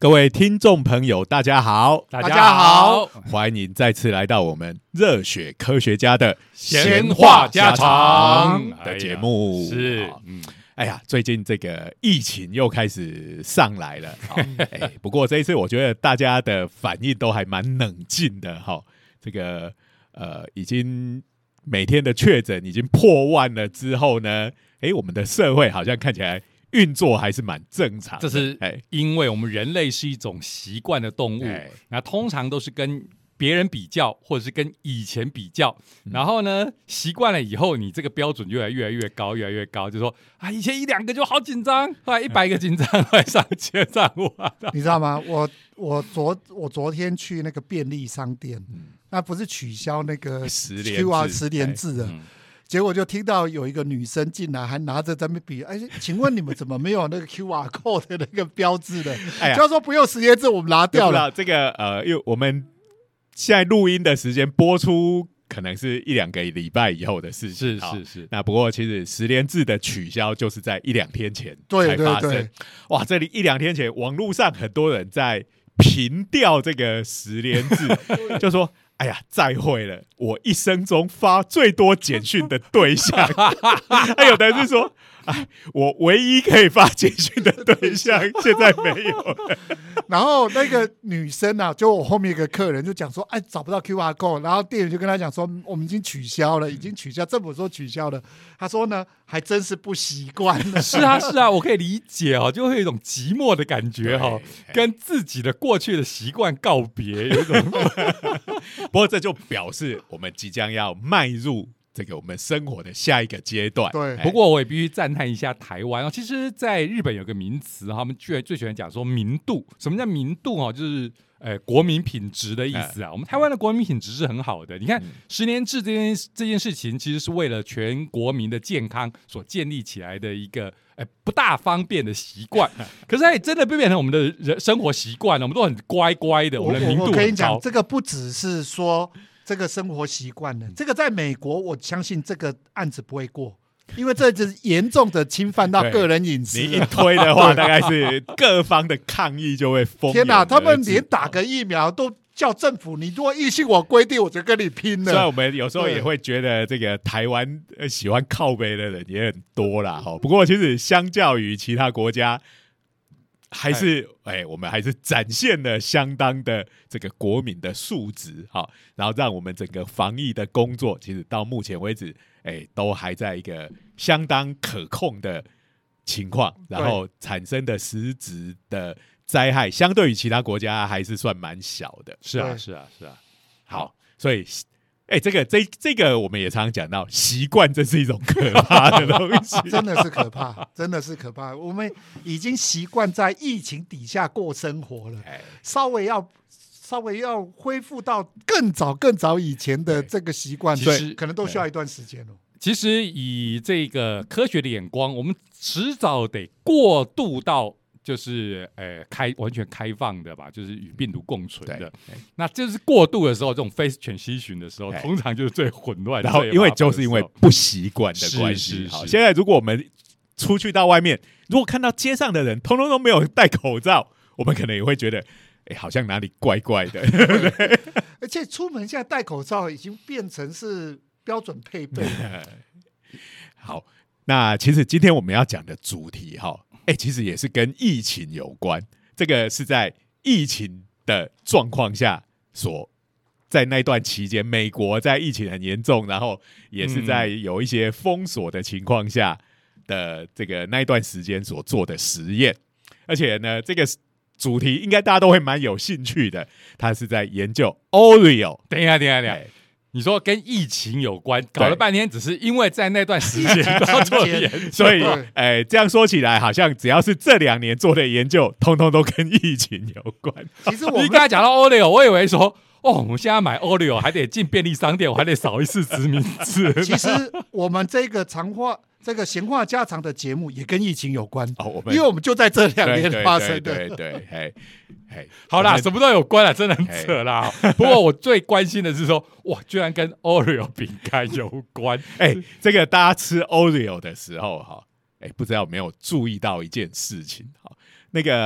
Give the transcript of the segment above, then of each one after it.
各位听众朋友，大家好， 大家好， 欢迎再次来到我们热血科学家的闲话家常的节目。 是， 哎呀，最近这个疫情又开始上来了，不过这一次我觉得大家的反应都还蛮冷静的哈。这个已经每天的确诊已经破万了之后呢，我们的社会好像看起来运作还是蛮正常的。 这是因为我们人类是一种习惯的动物，那通常都是跟别人比较，或者是跟以前比较，然后呢，习惯了以后，你这个标准越来越高，越来越高，就说啊，以前1-2个就好紧张，后来100个紧张，后来上千上万， 你知道吗？我昨天去那个便利商店，那不是取消那个 QR 10连制的。结果就听到有一个女生进来，还拿着在那比，请问你们怎么没有那个 QR code 的那个标志的？就说不用10连制，我们拿掉了。 这个因为我们现在录音的时间播出可能是1-2个礼拜以后的事情， 是。 那不过其实10连制的取消就是在1-2天前才发生。 对， 哇，这里1-2天前，网络上很多人在评调这个10连制，就说。哎呀，再会了！我一生中发最多简讯的对象，还有的人是说，我唯一可以发简讯的对象现在没有了。 然后那个女生啊，就我后面一个客人就讲说，找不到 QR code， 然后店员就跟他讲说，我们已经取消了，政府说取消了。他说呢，还真是不习惯了。 是啊，我可以理解哦，就会有一种寂寞的感觉哈，跟自己的过去的习惯告别，有一种。 不过这就表示我们即将要迈入这个我们生活的下一个阶段。 对， 不过我也必须赞叹一下台湾哦。其实，在日本有个名词，他们最喜欢讲说民度。什么叫民度哦？就是国民品质的意思啊。我们台湾的国民品质是很好的。你看10连制这件事情，其实是为了全国民的健康所建立起来的一个不大方便的习惯。可是真的变成我们的生活习惯了，我们都很乖乖的，我们的民度很高。 我跟你讲，这个不只是说这个生活习惯了，这个在美国，我相信这个案子不会过。因为这就是严重的侵犯到个人隐私。 你一推的话，大概是各方的抗议就会蜂拥而至。 天哪，他们连打个疫苗都叫政府，你如果硬性我规定，我就跟你拼了。 所以我们有时候也会觉得，这个台湾喜欢靠北的人也很多啦。不过其实相较于其他国家，还是我们还是展现了相当的这个国民的素质，然后让我们整个防疫的工作，其实到目前为止，都还在一个相当可控的情况，然后产生的实质的灾害，相对于其他国家还是算蛮小的。 是啊。 好，所以。这个我们也常常讲到，习惯这是一种可怕的东西， 真的是可怕，真的是可怕。我们已经习惯在疫情底下过生活了，稍微要恢复到更早以前的这个习惯，对，可能都需要一段时间了。 其实以这个科学的眼光，我们迟早得过渡到。就是完全开放的吧，就是与病毒共存的。那就是过渡的时候，这种 phase transition 的时候，通常就是最混乱。 然后因为不习惯的关系，好，现在如果我们出去到外面，如果看到街上的人通通都没有戴口罩，我们可能也会觉得，好像哪里怪怪的。 而且出门现在戴口罩已经变成是标准配备。 好，那其实今天我们要讲的主题其实也是跟疫情有关，这个是在疫情的状况下在那段期间，美国在疫情很严重，然后也是在有一些封锁的情况下的这个那一段时间所做的实验，而且呢，这个主题应该大家都会蛮有兴趣的，他是在研究 Oreo。 等一下。你说跟疫情有关，搞了半天只是因为在那段时间要做研究， 所以这样说起来，好像只要是这2年做的研究，通通都跟疫情有关。 其实你刚才讲到 Oreo， 我以为说，我们现在买 Oreo 还得进便利商店，我还得扫一次实名制。 其实我们这个闲话家常的节目也跟疫情有关，因为我们就在这2年发生的。 对， 好啦，什么都有关啦，真的很扯啦。不过我最关心的是说，哇，居然跟 Oreo 饼干有关。 这个大家吃 Oreo 的时候，不知道有没有注意到一件事情，那个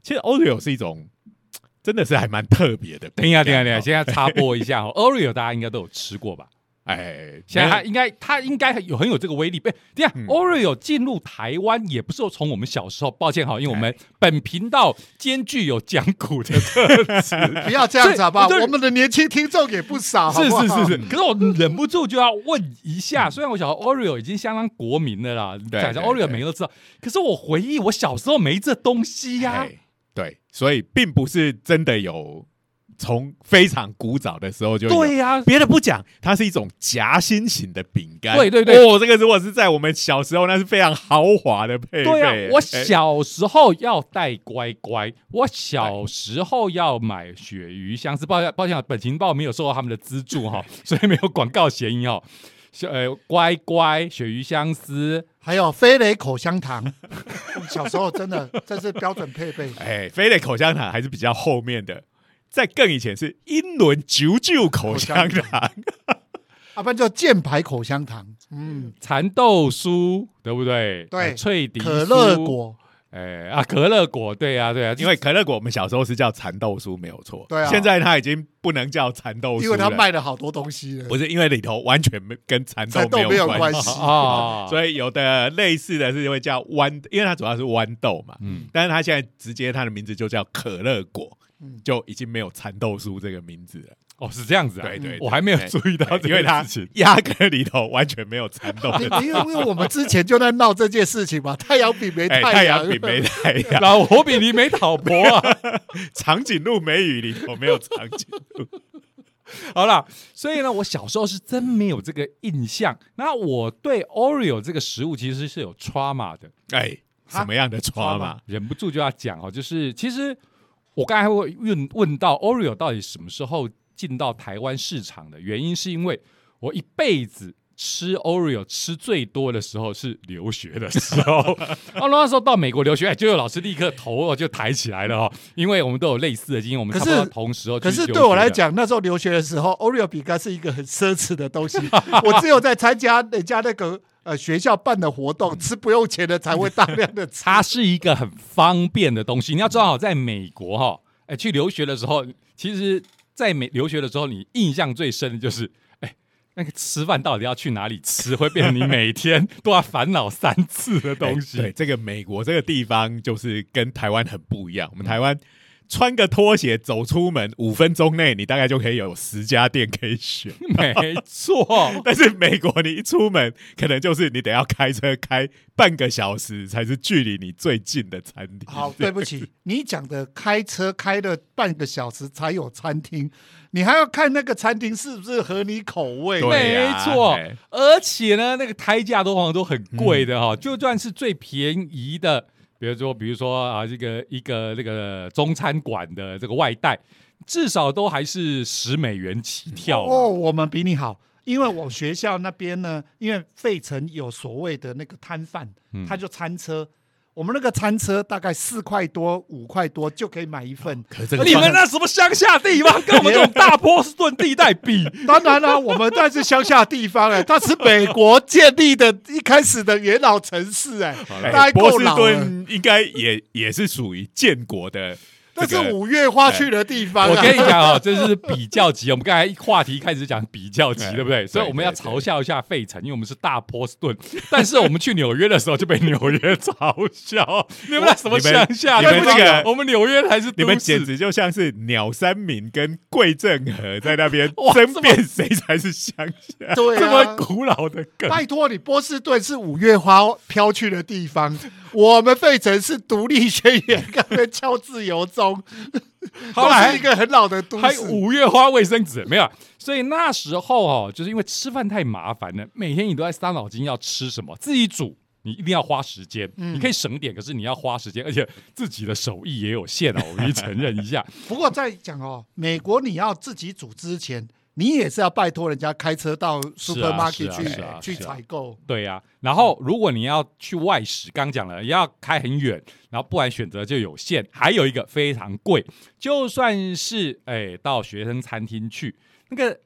其实 Oreo 是一种真的是还蛮特别的。 等一下，现在插播一下Oreo 大家应该都有吃过吧？ 哎， 现在它应该很有这个威力。等一下，Oreo 进入台湾也不是从我们小时候，抱歉哈，因为我们本频道兼具有讲古的特质， 不要这样子好不好？我们的年轻听众也不少，好不好？ 是。可是我忍不住就要问一下，虽然我小时候 Oreo 已经相当国民的啦，讲 Oreo 每个都知道，可是我回忆我小时候没这东西呀。 对，所以并不是真的有。从非常古早的时候就有， 对呀， 别的不讲，它是一种夹心型的饼干。 对， 哦，这个如果是在我们小时候，那是非常豪华的配备。 对啊，我小时候要带乖乖，我小时候要买鳕鱼香丝。抱歉，本情报没有受到他们的资助哈，所以没有广告嫌疑哦。乖乖、鳕鱼香丝， 还有飞雷口香糖。我们小时候真的这是标准配备。 飞雷口香糖还是比较后面的。在更以前是英伦九九口香糖， 不然就箭牌口香糖， 蚕豆酥对不对？ 对， 脆笛可乐果， 可乐果，对啊， 因为可乐果我们小时候是叫蚕豆酥没有错， 对啊， 现在它已经不能叫蚕豆酥了， 因为它卖了好多东西了， 不是因为里头完全跟蚕豆没有关系所以有的类似的是会叫豌，因为它主要是豌豆嘛，但是它现在直接它的名字就叫可乐果。就已经没有蚕豆酥这个名字了。 哦，是这样子啊？ 对， 我还没有注意到这件事情， 因为它压根里头完全没有蚕豆。 因为我们之前就在闹这件事情嘛，太阳饼没太阳， 老婆饼里没老婆啊， 长颈鹿美语里头没有长颈鹿。 好啦，所以呢，我小时候是真没有这个印象。那我对 Oreo 这个食物其实是有 trauma 的。 什么样的 trauma？ 忍不住就要讲哦，就是其实。我刚才会问到 Oreo 到底什么时候进到台湾市场的原因，是因为我一辈子吃 Oreo 吃最多的时候是留学的时候，那时候到美国留学，就有老师立刻头就抬起来了哦，因为我们都有类似的经验，我们差不多同时候。 可是对我来讲，那时候留学的时候 ，Oreo 饼干是一个很奢侈的东西，我只有在参加人家那个。学校办的活动，吃不用钱的才会大量的吃。 它是一个很方便的东西。你要知道，在美国去留学的时候，其实在留学的时候，你印象最深的就是，那个吃饭到底要去哪里吃，会变成你每天都要烦恼3次的东西。 对，这个美国这个地方就是跟台湾很不一样。我们台湾穿个拖鞋走出门5分钟内，你大概就可以有10家店可以选。 没错， 但是美国你一出门，可能就是你得要开车开半个小时，才是距离你最近的餐厅。 好，对不起，你讲的开车开了半个小时才有餐厅，你还要看那个餐厅是不是合你口味。 没错，而且呢，那个胎价都很贵的就算是最便宜的。比如说这个一个那个中餐馆的这个外带，至少都还是$10起跳。 我们比你好，因为我学校那边呢，因为费城有所谓的那个摊贩，他就餐车。我们那个餐车大概4块多、5块多就可以买一份。 你们那什么乡下地方，跟我们这种大波士顿地带比？ 当然了，我们那是乡下地方它是美国建立的一开始的元老城市大概够老了。 波士顿应该也是属于建国的。 那是五月花去的地方我跟你讲这是比较级。我们刚才话题开始讲比较级，对不对？所以我们要嘲笑一下费城，因为我们是大波士顿。但是我们去纽约的时候就被纽约嘲笑。你们那什么乡下？ 你们这个我们纽约还是都市， 你们简直就像是鸟山明跟桂正和在那边争辩谁才是乡下。 对这么古老的梗。 拜托你，波士顿是五月花飘去的地方。我们费城是独立宣言刚才敲自由钟， 好啦， 是一个很老的都市， 还5月花卫生纸没有。所以那时候就是因为吃饭太麻烦了，每天你都在伤脑筋要吃什么，自己煮你一定要花时间。你可以省点，可是你要花时间，而且自己的手艺也有限我必须承认一下。 不过再讲美国你要自己煮之前，你也是要拜托人家开车到 supermarket 去采购。 对啊，然后如果你要去外食，刚讲了要开很远，然后不然选择就有限，还有一个非常贵。就算是到学生餐厅去，那个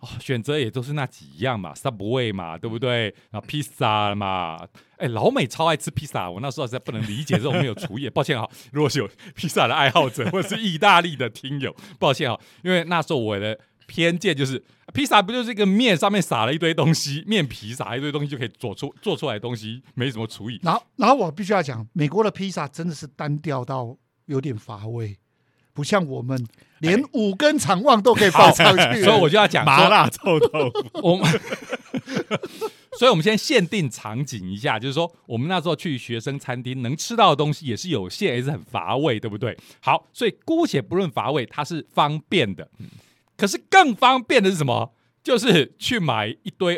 选择也都是那几样嘛 ，Subway 嘛，对不对？然后披萨嘛，老美超爱吃披萨，我那时候实在不能理解这种没有厨艺。抱歉哈，如果是有披萨的爱好者或者是意大利的听友，抱歉哈，因为那时候我的偏见就是披萨不就是一个面上面撒了一堆东西，面皮撒一堆东西就可以做出来的东西，没什么厨艺。 然后我必须要讲，美国的披萨真的是单调到有点乏味，不像我们连5根肠旺都可以放上去， 所以我就要讲麻辣臭豆腐。 所以我们先限定场景一下，就是说我们那时候去学生餐厅能吃到的东西也是有限，也是很乏味，对不对？好，所以姑且不论乏味，它是方便的。可是更方便的是什么？就是去买一堆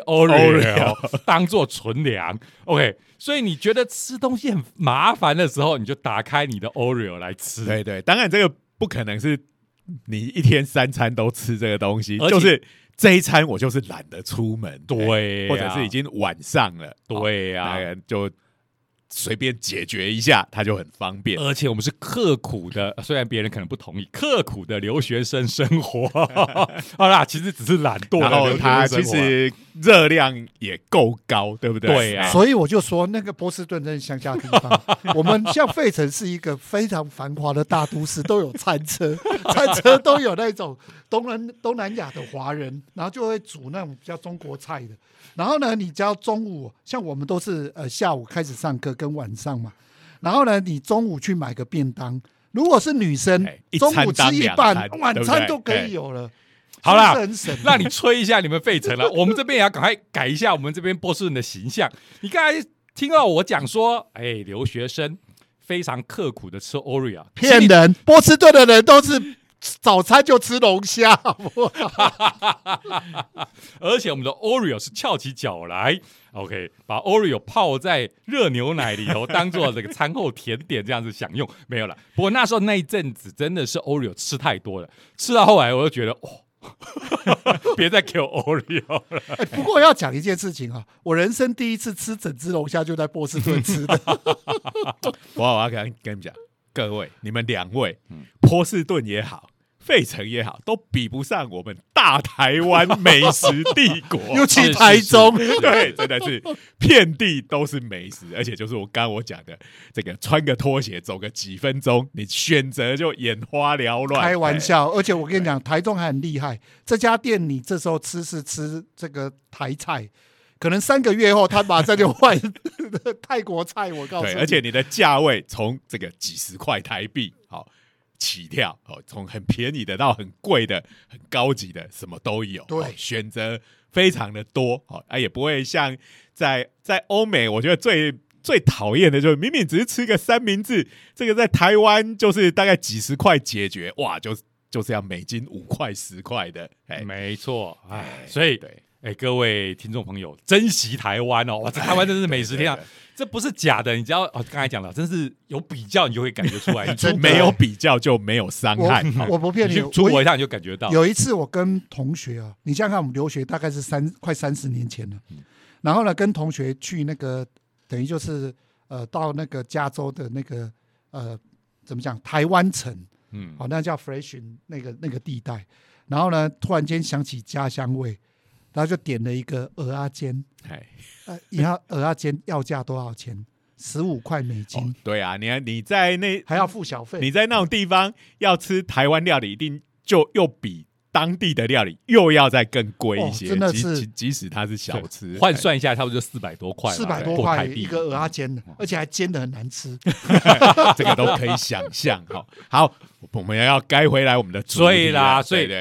Oreo 当做存粮。OK， 所以你觉得吃东西很麻烦的时候，你就打开你的 Oreo 来吃。 对对，当然这个不可能是你一天3餐都吃这个东西，就是这一餐我就是懒得出门， 对、 或者是已经晚上了， 对呀、 就随便解决一下，它就很方便。 而且我们是刻苦的，虽然别人可能不同意，刻苦的留学生生活。好啦，其实只是懒惰的留学生生活， 然后它其实热量也够高，对不对？ 对啊。 所以我就说，那个波士顿真是乡下地方。我们像费城是一个非常繁华的大都市，都有餐车，餐车都有那种东南亚的华人，然后就会煮那种比较中国菜的。然后呢，你只要中午，像我们都是下午开始上课跟晚上嘛，然后呢，你中午去买个便当，如果是女生，中午吃一半，晚餐都可以有了。 好啦， 让你吹一下你们费城了，我们这边也要赶快改一下我们这边波士顿的形象。你刚才听到我讲说，留学生非常刻苦的吃 Oreo， 骗人！波士顿的人都是早餐就吃龙虾，好不好？ 而且我们的 Oreo 是翘起脚来 ，OK， 把 Oreo 泡在热牛奶里头，当做这个餐后甜点这样子享用。没有了，不过那时候那一阵子真的是 Oreo 吃太多了，吃到后来我就觉得别再给我 Oreo 了。 不过要讲一件事情啊，我人生第一次吃整只龙虾就在波士顿吃的。 我要跟你们讲，各位，你们2位，波士顿也好，费城也好，都比不上我们大台湾美食帝国， 尤其台中， 对，真的是遍地都是美食，而且就是我刚刚讲的这个，穿个拖鞋走个几分钟，你选择就眼花缭乱。 开玩笑，而且我跟你讲，台中还很厉害，这家店你这时候吃是吃这个台菜。可能3个月后，他马上就换泰国菜。我告诉你， 而且你的价位从这个几十块台币起跳，从很便宜的到很贵的、很高级的，什么都有。 对， 选择非常的多，也不会像在欧美，我觉得最讨厌的就是明明只是吃个三明治，这个在台湾就是大概几十块解决，哇，就是要美金5块10块的， 没错，所以对。各位听众朋友，珍惜台湾哦！哇，这台湾真是美食天堂，这不是假的。你只要刚才讲了，真是有比较，你就会感觉出来。 没有比较就没有伤害。 我不骗你， 出国一趟你就感觉到。 有一次我跟同学啊，你想想看，我们留学大概是快30年前了，然后呢，跟同学去那个等于就是到那个加州的那个怎么讲台湾城，那叫 Freshen 那个地带，然后呢，突然间想起家乡味。然后就点了一个蚵仔煎，蚵仔煎要价多少钱？15块美金。 对啊，你在那还要付小费。 你在那种地方要吃台湾料理，一定就又比当地的料理又要再更贵一些。 真的是， 即使它是小吃， 换算一下，差不多就400多块 ，400多块一个蚵仔煎，而且还煎得很难吃， 这个都可以想象。好，我们要该回来我们的主题啦，所以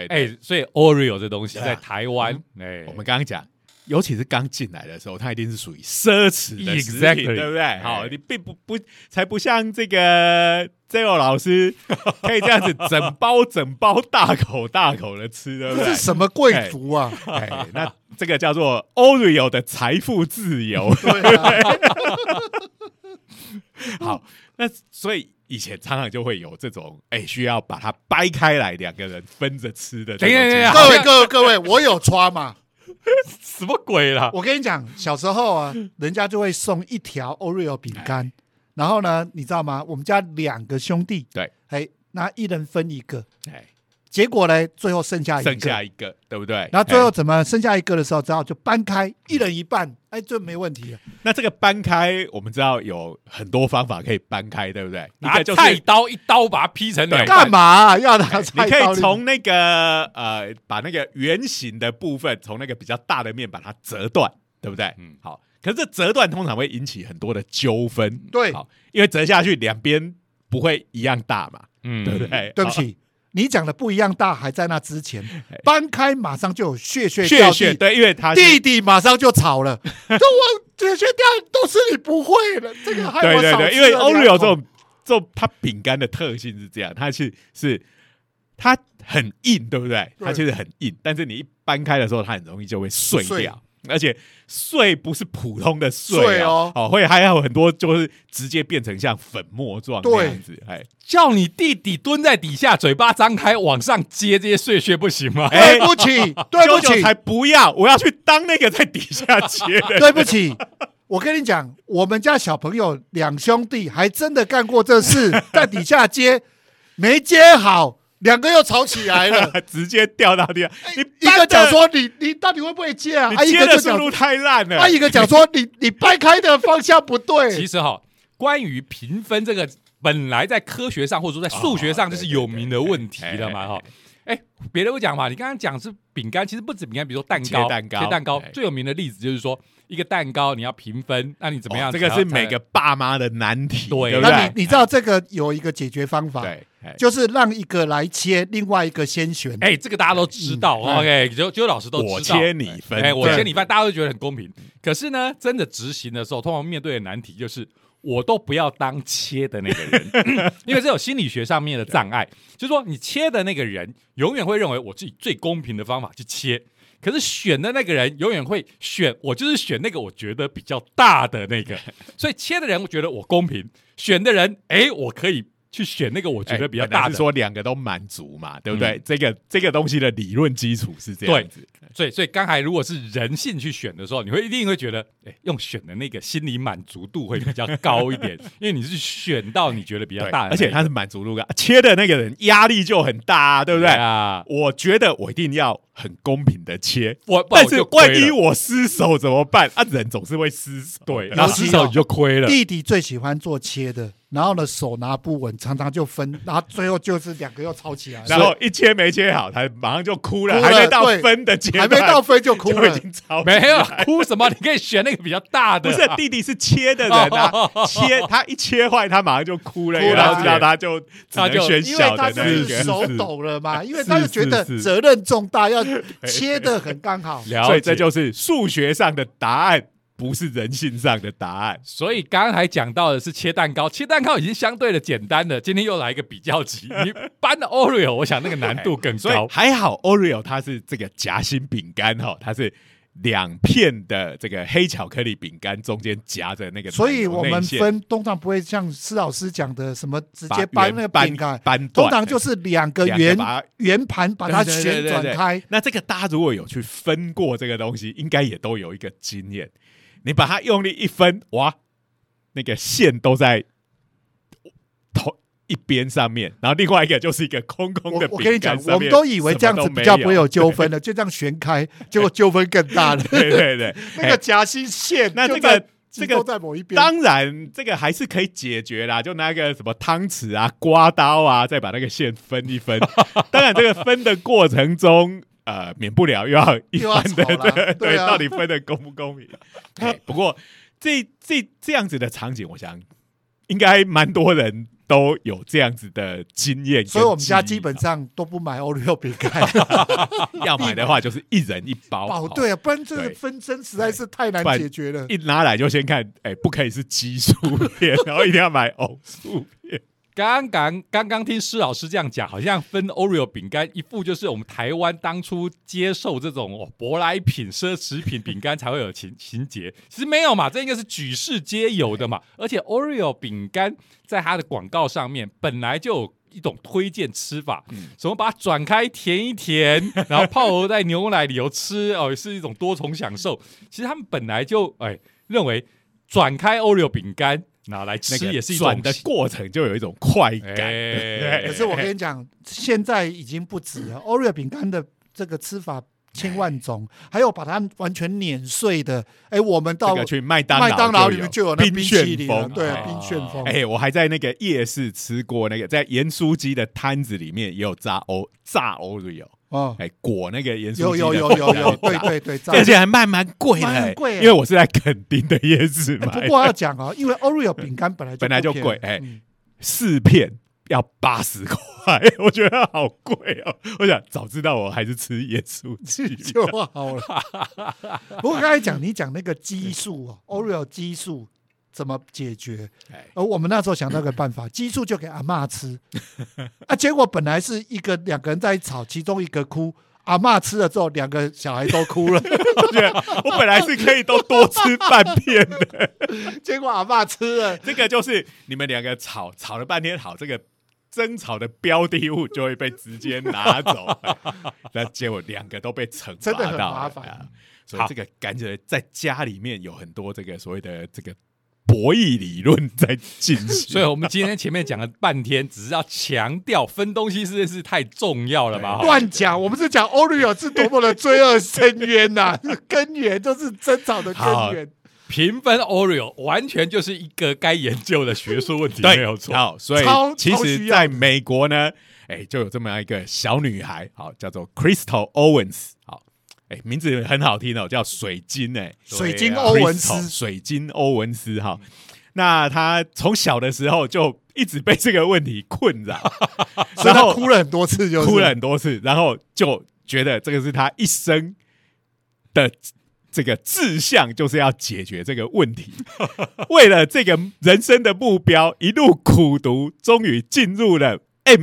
Oreo 这东西在台湾， 我们刚刚讲，尤其是刚进来的时候，它一定是属于奢侈的食品，对不对？好，你并才不像这个 Zero 老师可以这样子整包大口的吃，对不对？ 这是什么贵族啊？ 那这个叫做 Oreo 的财富自由。 对啊。 好，那所以以前常常就会有这种需要把它掰开来2个人分着吃的。 等一下，各位，我有穿嘛？ 什么鬼啦？ 我跟你讲，小时候啊，人家就会送1条 Oreo 饼干，然后呢，你知道吗？我们家2个兄弟， 对， 那一人分1个， 结果呢，最后剩下一个，对不对？ 然后最后怎么剩下一个的时候，只好就搬开，一人一半，这没问题了。 那这个搬开，我们知道有很多方法可以搬开，对不对？ 拿菜刀一刀把它劈成两半， 干嘛要拿菜刀？ 你可以从那个把那个圆形的部分，从那个比较大的面把它折断，对不对？好。可是这折断通常会引起很多的纠纷， 对， 因为折下去两边不会一样大嘛，对不对？ 对不起，你讲的不一样大，还在那之前，搬开马上就有血掉地，对，因为他弟弟马上就吵了，我血掉都是你不会的，这个害我少吃了对，因为 Oreo 这种它饼干的特性是这样，它是它很硬，对不对？它其实很硬，但是你一搬开的时候，它很容易就会碎掉。而且碎不是普通的碎会还有很多就是直接变成像粉末状那样子。 叫你弟弟蹲在底下，嘴巴张开往上接这些碎屑不行吗？ 对不起，对不起， 才不要！我要去当那个在底下接的。 对不起，我跟你讲，我们家小朋友2兄弟还真的干过这事，在底下接，没接好。2个又吵起来了， 直接掉到地上。 一个讲说你到底会不会接啊？ 你接的速度太烂了。 一个讲说你掰开的方向不对。 其实关于评分这个，本来在科学上或者说在数学上就是有名的问题了嘛别的不讲嘛，你刚刚讲是饼干，其实不止饼干，比如说切蛋糕最有名的例子就是说，一个蛋糕你要评分，那你怎么样？ 这个是每个爸妈的难题， 对。 那你知道这个有一个解决方法，就是让一个来切，另外一个先选。 这个大家都知道，OK，就老师都知道。 我切你分， 我切你分，大家都觉得很公平。可是呢，真的执行的时候，通常面对的难题就是。我都不要当切的那个人，因为这有心理学上面的障碍，就是说你切的那个人永远会认为我自己最公平的方法去切，可是选的那个人永远会选我就是选那个我觉得比较大的那个，所以切的人我觉得我公平，选的人我可以去选那个我觉得比较大的， 是说2个都满足嘛，对不对？这个东西的理论基础是这样子。 所以刚才如果是人性去选的时候，你一定会觉得，用选的那个心理满足度会比较高一点，因为你是选到你觉得比较大的， 而且它是满足度高，切的那个人压力就很大，对不对？我觉得我一定要很公平的切，但是万一我失手怎么办？人总是会失手， 对，然后失手你就亏了。 弟弟最喜欢做切的。然后呢，手拿不稳，常常就分，然后最后就是2个又吵起来， 然后一切没切好，他马上就哭了，还没到分的阶段， 还没到分就哭了， 就已经吵没有哭什么？你可以选那个比较大的， 不是弟弟是切的人啊，他一切坏，他马上就哭了，然后他就只能选小的那一个，因为他是手抖了嘛，因为他就觉得责任重大，要切的很刚好， 所以这就是数学上的答案。不是人性上的答案， 所以刚才讲到的是切蛋糕，切蛋糕已经相对的简单了。今天又来一个比较级，你搬的 Oreo， 我想那个难度更高。 所以还好 Oreo 它是这个夹心饼干它是2片的这个黑巧克力饼干中间夹着那个， 所以我们分通常不会像施老师讲的什么直接搬那个饼干，通常就是2个圆盘把它旋转开。 那这个大家如果有去分过这个东西，应该也都有一个经验。你把它用力一分，哇，那个线都在一边上面，然后另外一个就是一个空空的饼干。我跟你讲，我们都以为这样子比较不会有纠纷了，就这样旋开，结果纠纷更大了。 对， 那个夹心线， 那这个在某一边， 当然这个还是可以解决啦，就拿个什么汤匙啊、刮刀啊，再把那个线分一分。当然，这个分的过程中。免不了又要一番的对，到底分的公不公平？不过这样子的场景，我想应该蛮多人都有这样子的经验， 所以我们家基本上都不买 Oreo 饼干， 要买的话就是1人1包。 对啊，不然这个纷争实在是太难解决了。 一拿来就先看，不可以是奇数片，然后一定要买偶数片。 刚刚听施老师这样讲，好像分 Oreo 饼干一副就是我们台湾当初接受这种舶来品、奢侈品饼干才会有情节，其实没有嘛，这应该是举世皆有的嘛。而且 Oreo 饼干在它的广告上面本来就有一种推荐吃法，什么把它转开填一填，然后泡在牛奶里头吃，是一种多重享受。其实他们本来就认为转开 Oreo 饼干拿来吃也是一种转的过程就有一种快感。 可是我跟你讲，现在已经不止了，Oreo 饼干的这个吃法千万种，还有把它完全碾碎的。我们到去麦当劳里面就有那冰淇淋了，对，冰旋风。 我还在那个夜市吃过那个，在盐酥鸡的摊子里面也有炸 Oreo。裹那个盐酥鸡有，对， 而且还蛮贵的，因为我是在垦丁的夜市买。 不过要讲因为 Oreo 饼干本来就贵，4片要80块，我觉得好贵哦。我想早知道我还是吃盐酥鸡就好了。不过刚才你讲那个激素Oreo 激素怎么解决？而我们那时候想到个办法，激素就给阿嬷吃结果本来是2个人在吵，其中一个哭，阿嬷吃了之后2个小孩都哭了。 我本来是可以都多吃半片的， 结果阿嬷吃了。 这个就是你们2个吵了半天，好，这个争吵的标的物就会被直接拿走，那结果2个都被惩罚到， 真的很麻烦。 所以这个感觉在家里面有很多这个所谓的这个博弈理论在进行。 所以我们今天前面讲了半天，只是要强调分东西这件事太重要了嘛。 乱讲，我们是讲 Oreo 是多么的罪恶深渊呐，根源就是争吵的根源。 评分 Oreo 完全就是一个该研究的学术问题，没有错。 好，所以其实在美国呢，就有这么一个小女孩，好，叫做 Crystal Owens， 好。名字很好听叫水晶水晶欧文斯， 水晶欧文斯哈。那他从小的时候就一直被这个问题困扰， 然后哭了很多次， 然后就觉得这个是他一生的这个志向，就是要解决这个问题。为了这个人生的目标，一路苦读，终于进入了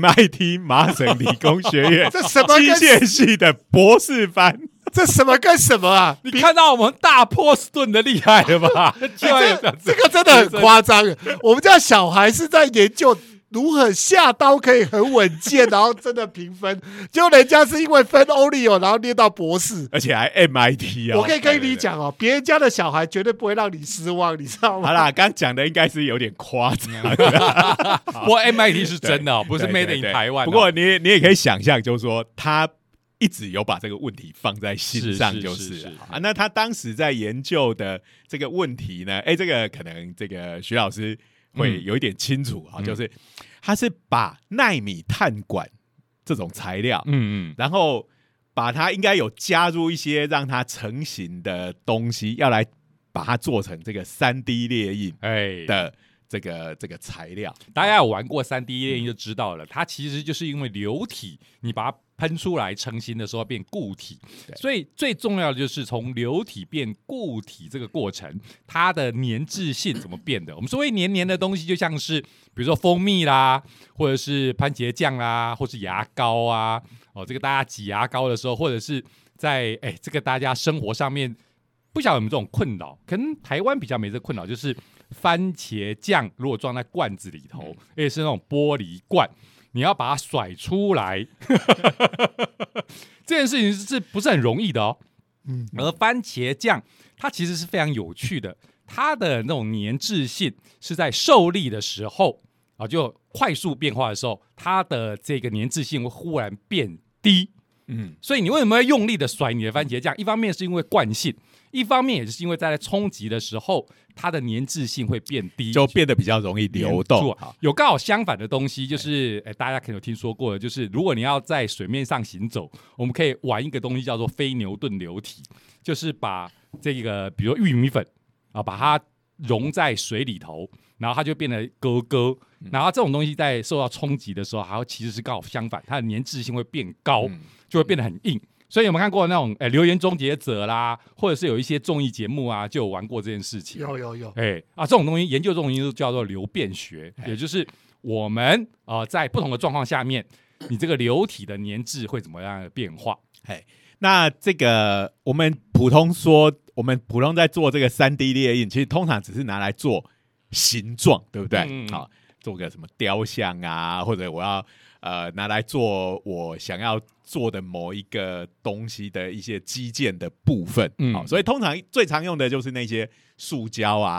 MIT 麻省理工学院机械系的博士班。 这什么跟什么啊？ 你看到我们大波士顿的厉害了吧？ 这个真的很夸张。我们家小孩是在研究如何下刀可以很稳健，然后真的评分，就人家是因为分 Oreo 然后念到博士， 而且还 MIT 我可以跟你讲别人家的小孩绝对不会让你失望，你知道吗？ 好啦，刚讲的应该是有点夸张。 不过 MIT 是真的不是 Made in 台湾。 不过你也可以想象，就是说他一直有把这个问题放在心上，就是那他当时在研究的这个问题呢，这个可能这个徐老师会有一点清楚就是他是把奈米碳管这种材料，然后把它应该有加入一些让它成型的东西，要来把它做成这个3D 列印的这个材料。 大家有玩过3D 列印就知道了，它其实就是因为流体，你把它喷出来成型的时候变固体，所以最重要的就是从流体变固体这个过程，它的粘滞性怎么变的。我们所谓黏黏的东西，就像是比如说蜂蜜啦，或者是番茄酱啦，或是牙膏啊，这个大家挤牙膏的时候，或者是在这个大家生活上面不晓得有没有这种困扰，可能台湾比较没这困扰，就是番茄酱如果装在罐子里头，而且是那种玻璃罐，你要把它甩出来这件事情是不是很容易的而番茄酱它其实是非常有趣的，它的那种粘滞性是在受力的时候就快速变化的时候，它的这个粘滞性会忽然变低。所以你为什么要用力的甩你的番茄酱？一方面是因为惯性，一方面也是因为在冲击的时候，它的粘滞性会变低， 就变得比较容易流动。 有刚好相反的东西，就是大家可能有听说过的，就是如果你要在水面上行走，我们可以玩一个东西叫做非牛顿流体，就是把这个比如玉米粉把它溶在水里头，然后它就变得咯咯，然后这种东西在受到冲击的时候，还其实是刚好相反，它的粘滞性会变高，就会变得很硬。所以有没有看过那种留言终结者啦，或者是有一些综艺节目啊，就有玩过这件事情。 有这种东西研究这种东西就叫做流变学，也就是我们在不同的状况下面，你这个流体的粘滞会怎么样的变化？ 那这个我们普通在做这个3D 列印，其实通常只是拿来做形状，对不对？做个什么雕像啊，或者我要拿来做我想要做的某一个东西的一些基建的部分。所以通常最常用的就是那些塑胶啊、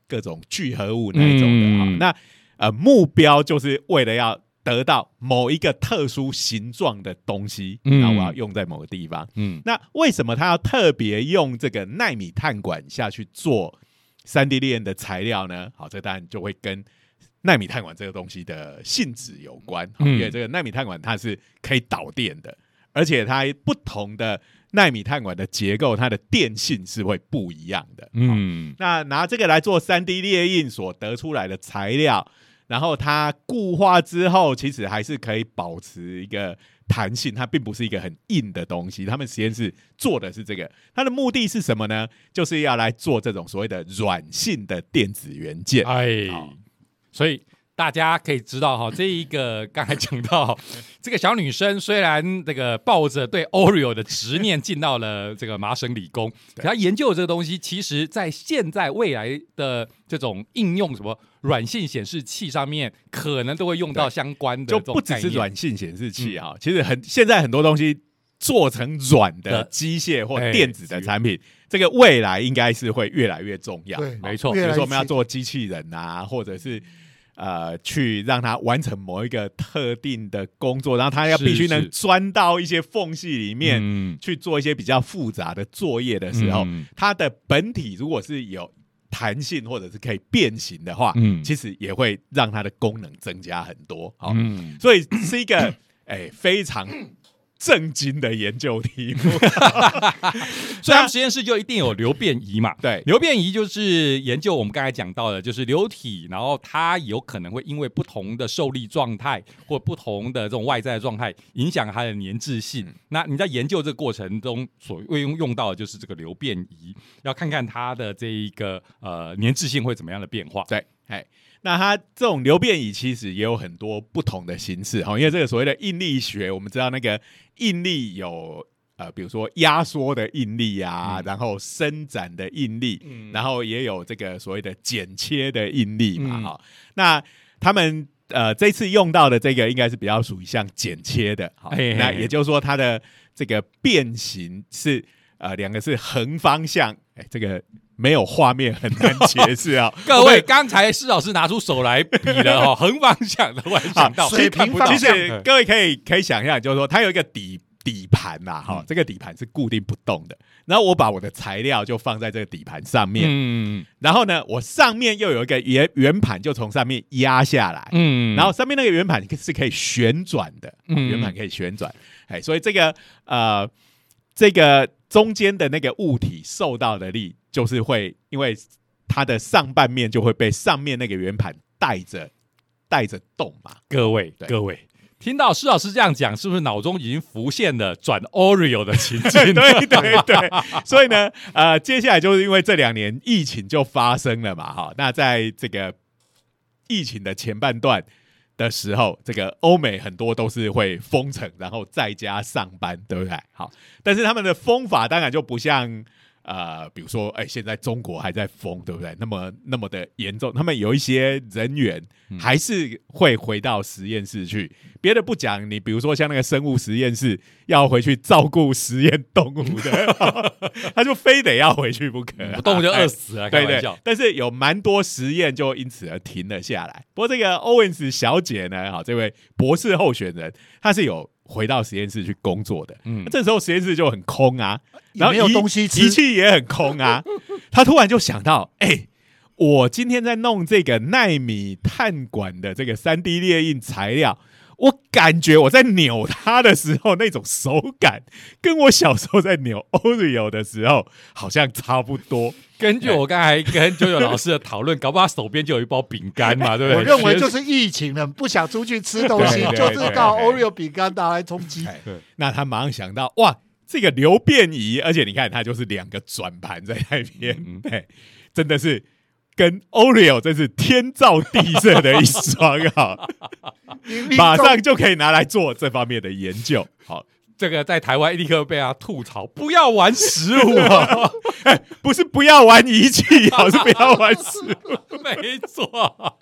各种聚合物那一种的。那目标就是为了要得到某一个特殊形状的东西，然后我要用在某个地方。那为什么他要特别用这个奈米碳管下去做 3D 列印的材料呢？好，这当然就会跟奈米碳管这个东西的性质有关。因为这个奈米碳管它是可以导电的，而且它不同的奈米碳管的结构，它的电性是会不一样的。那拿这个来做 3D 列印所得出来的材料，然后它固化之后，其实还是可以保持一个弹性，它并不是一个很硬的东西。他们实验室做的是这个，它的目的是什么呢？就是要来做这种所谓的软性的电子元件。 所以大家可以知道哈，这一个刚才讲到这个小女生，虽然这个抱着对 Oreo 的执念进到了这个麻省理工，可她研究的这个东西，其实在现在未来的这种应用什么软性显示器上面，可能都会用到相关的这种概念。就不只是软性显示器啊，其实现在很多东西做成软的机械或电子的产品，这个未来应该是会越来越重要。 对，没错。 比如说我们要做机器人啊，或者是去让它完成某一个特定的工作，然后它要必须能钻到一些缝隙里面去做一些比较复杂的作业的时候，它的本体如果是有弹性或者是可以变形的话，其实也会让它的功能增加很多。所以是一个非常正经的研究题目。 所以他们实验室就一定有流变仪嘛？ 对， 流变仪就是研究我们刚才讲到的，就是流体，然后它有可能会因为不同的受力状态或不同的这种外在的状态，影响它的粘滞性。那你在研究这个过程中所用到的就是这个流变仪，要看看它的这一个粘滞性会怎么样的变化。 对，那它这种流变仪其实也有很多不同的形式，因为这个所谓的应力学，我们知道那个应力有比如说压缩的应力啊，然后伸展的应力，然后也有这个所谓的剪切的应力嘛。那他们这次用到的这个应该是比较属于像剪切的，那也就是说它的这个变形是两个是横方向，这个没有画面很难解释啊。 各位，刚才施老师拿出手来比了横方向的，我还想到水平方向。 其实各位可以想象，就是说它有一个底盘呐，这个底盘是固定不动的。然后我把我的材料就放在这个底盘上面，然后呢，我上面又有一个圆盘，就从上面压下来，然后上面那个圆盘是可以旋转的，圆盘可以旋转，所以这个中间的那个物体受到的力，就是会因为它的上半面就会被上面那个圆盘带着动嘛。 各位听到施老师这样讲，是不是脑中已经浮现了转 Oreo 的情景？ 对，所以呢，接下来就是因为这2年疫情就发生了嘛，那在这个疫情的前半段的时候，这个欧美很多都是会封城，然后在家上班，对不对？好，但是他们的封法当然就不像比如说现在中国还在封，对不对？那么的严重，他们有一些人员还是会回到实验室去。别的不讲，你比如说像那个生物实验室要回去照顾实验动物的，他就非得要回去不可， 不动就饿死了，开玩笑。 对，但是有蛮多实验就因此而停了下来。不过这个 Owens 小姐呢，这位博士候选人，她是有回到实验室去工作的。这时候实验室就很空啊，然后没有东西吃， 仪器也很空啊。她突然就想到，我今天在弄这个奈米碳管的这个 3D 列印材料，我感觉我在扭它的时候那种手感，跟我小时候在扭 Oreo 的时候好像差不多。 根据我刚才跟啾啾老师的讨论，搞不好手边就有一包饼干嘛，对不对？ 我认为就是疫情了，不想出去吃东西，就是靠 Oreo 饼干拿来充饥。 那他马上想到，哇，这个流变仪，而且你看它就是2个转盘在那边，真的是跟 Oreo 真是天造地设的一双啊！马上就可以拿来做这方面的研究。好， 这个在台湾立刻被他吐槽，不要玩食物啊！ 不是不要玩仪器，是不要玩食物。 没错。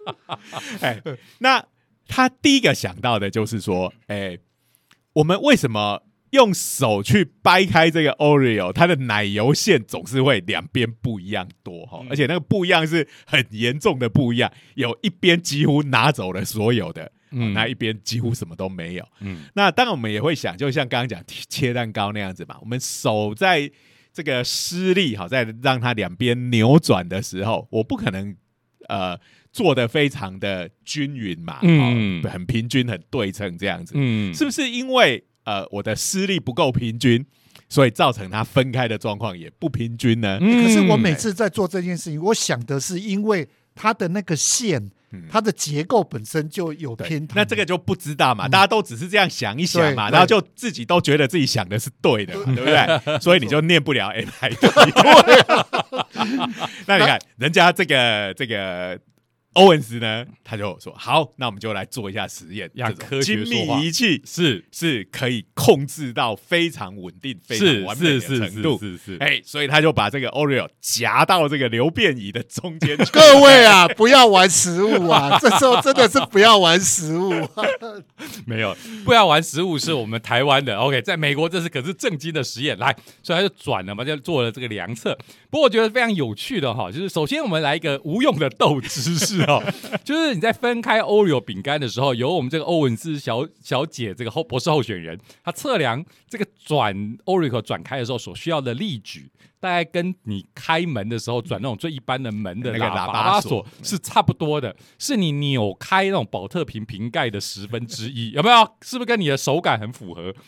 那他第一个想到的就是说，我们为什么用手去掰开这个 Oreo， 它的奶油馅总是会两边不一样多而且那个不一样是很严重的不一样，有一边几乎拿走了所有的，那一边几乎什么都没有。那当然我们也会想，就像刚刚讲切蛋糕那样子嘛，我们手在这个施力在让它两边扭转的时候，我不可能做得非常的均匀嘛，很平均很对称这样子，是不是因为我的施力不够平均，所以造成它分开的状况也不平均呢？ 可是我每次在做这件事情，我想的是因为它的那个线，它的结构本身就有偏袒， 那这个就不知道嘛，大家都只是这样想一想嘛，然后就自己都觉得自己想的是对的，对不对？所以你就念不了 MIT。那你看人家这个欧文斯呢，他就说好，那我们就来做一下实验， 让科学精密仪器是可以控制到非常稳定、非常完美的程度。所以他就把这个 Oreo 夹到这个流变仪的中间去。 各位啊，不要玩食物啊！这时候真的是不要玩食物。 没有，不要玩食物是我们台湾的。OK， 在美国这可是正经的实验。来，所以他就转了嘛，就做了这个量测。不过我觉得非常有趣的就是首先我们来一个无用的豆知识。就是你在分开 Oreo 饼干的时候，由我们这个欧文斯小姐这个博士候选人，她测量这个转 Oreo 转开的时候所需要的力矩，大概跟你开门的时候转那种最一般的门的喇叭锁是差不多的，是你扭开那种保特瓶瓶盖的1/10，有没有？是不是跟你的手感很符合？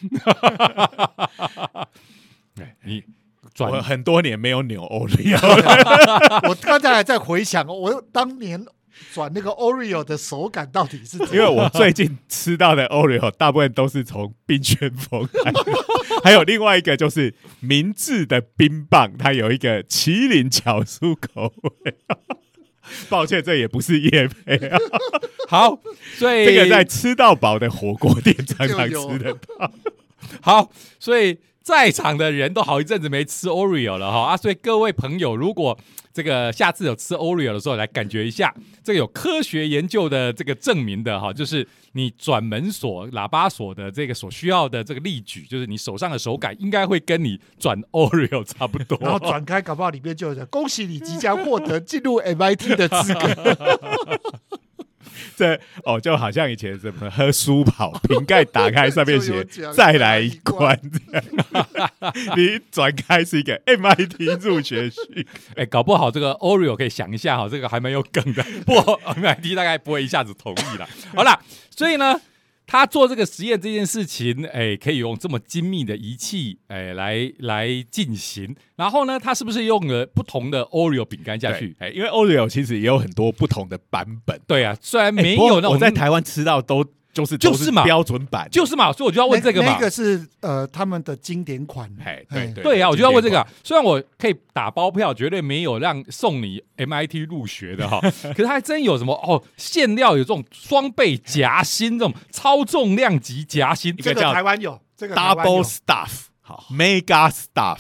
你我很多年没有扭 Oreo， 我刚才还在回想，我当年转那个 Oreo 的手感到底是怎样？ 因为我最近吃到的 Oreo 大部分都是从冰旋风来的，还有另外一个就是明治的冰棒，它有一个麒麟巧酥口味。抱歉，这也不是业配啊。 好，所以这个在吃到饱的火锅店常常吃得到。 好，所以在场的人都好一阵子没吃 Oreo 了所以各位朋友，如果这个下次有吃 Oreo 的时候，来感觉一下，这个有科学研究的这个证明的就是你转门锁、喇叭锁的这个所需要的这个力矩，就是你手上的手感应该会跟你转 Oreo 差不多。 然后转开，搞不好里面就有恭喜你即将获得进入 MIT 的资格。 这就好像以前什么喝舒跑，瓶盖打开上面写再来一罐这样，你转开是一个 MIT 入学训。 搞不好这个 Oreo 可以想一下这个还蛮有梗的，不过 MIT 大概不会一下子同意了。好啦，所以呢，他做这个实验这件事情，可以用这么精密的仪器，来进行。然后呢，他是不是用了不同的 Oreo 饼干下去？ 因为 Oreo 其实也有很多不同的版本。 对啊，虽然没有那种我在台湾吃到就是嘛， 标准版就是嘛，所以我就要问这个嘛。 那个是他们的经典款。 对啊，我就要问这个。虽然我可以打包票，绝对没有送你 MIT 入学的可是它还真有什么馅料有这种双倍夹心，这种超重量级夹心， 这个台湾有，这个 Double Stuff， 好 Mega Stuff。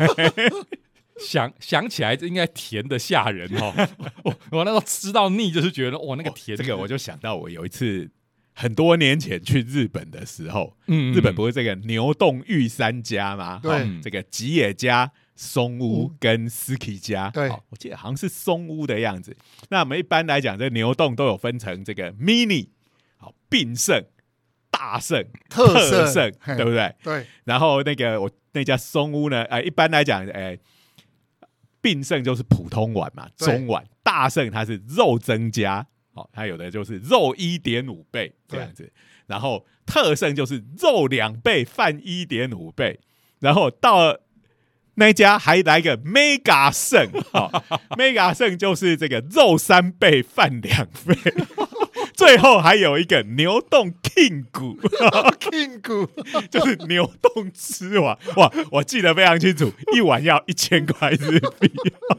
想起来这应该甜的吓人我那时候吃到腻，就是觉得那个甜。 这个我就想到我有一次很多年前去日本的时候，日本不是这个牛洞御三家吗？ 对， 这个吉野家、松屋跟斯基家， 对， 我记得好像是松屋的样子。那我们一般来讲，这个牛洞都有分成这个 mini、并盛、大盛、特盛，对不对？ 对。然后我那家松屋呢，一般来讲，并盛就是普通碗嘛，中碗；大盛它是肉增加。它有的就是肉 1.5 倍这样子，然后特盛就是肉2倍，饭 1.5 倍，然后到那一家还来个 Mega 盛，Mega 盛就是这个肉3倍，饭2倍，最后还有一个牛洞 King 骨 ，King 骨就是牛洞吃完，哇，我记得非常清楚，一碗要1000块日币。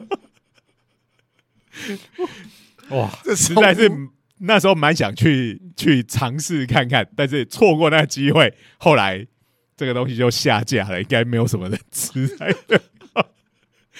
哇， 这实在是那时候蛮想去尝试看看，但是错过那个机会，后来这个东西就下架了，应该没有什么人吃。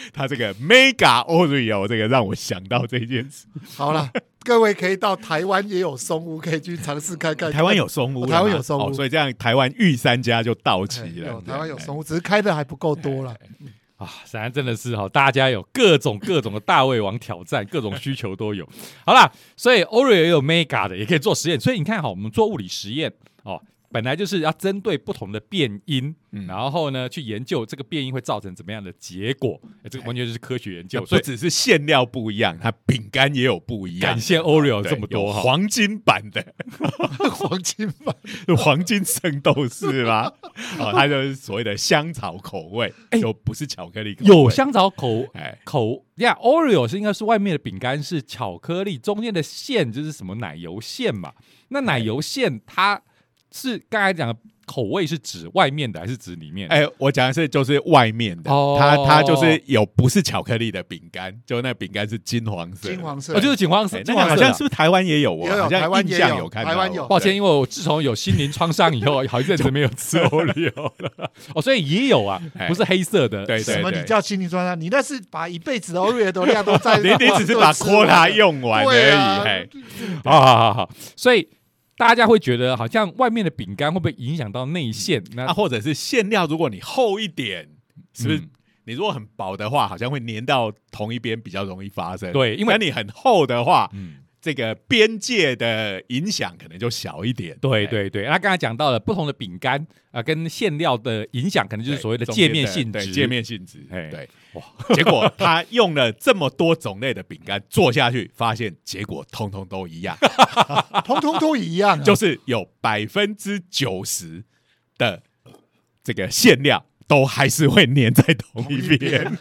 他这个 Mega Oreo 这个让我想到这件事。 好了，各位可以到台湾也有松屋，可以去尝试看看。 台湾有松屋， 台湾有松屋， 所以这样台湾御三家就到齐了。 台湾有松屋，只是开的还不够多了。 显然真的是大家有各种的大胃王挑战，各种需求都有。好啦，所以 Oreo 也有 Mega 的，也可以做实验。所以你看我们做物理实验本来就是要针对不同的变因，然后呢去研究这个变因会造成怎么样的结果。这个完全就是科学研究， 所以不只是馅料不一样，它饼干也有不一样。 感谢 Oreo 这么多黄金版的， 黄金版， 黄金圣斗士吗？它就是所谓的香草口味，就不是巧克力口味。 有香草口Oreo 是应该是外面的饼干是巧克力，中间的馅就是什么奶油馅嘛。那奶油馅它是刚才讲的口味是指外面的还是指里面的？ 我讲的是就是外面的，它就是有不是巧克力的饼干，就那饼干是金黄色， 就是金黄色。 那好像是不是台湾也有好像印象有看到。 台湾有， 抱歉，因为我自从有心灵创伤以后，好一阵子没有吃 Oreo 了。所以也有啊，不是黑色的。 对， 什么你叫心灵创伤？你那是把一辈子的 Oreo 的量都在， 你只是把 quota 用完而已。 好，所以。大家会觉得好像外面的饼干会不会影响到内馅？那或者是馅料，如果你厚一点，是不是？你如果很薄的话，好像会粘到同一边，比较容易发生。 对，因为你很厚的话，这个边界的影响可能就小一点。 对，那刚才讲到了不同的饼干跟馅料的影响，可能就是所谓的界面性质。 界面性质，对。结果他用了这么多种类的饼干做下去，发现结果通通都一样， 通通都一样， 就是有90%的这个馅料都还是会粘在同一边。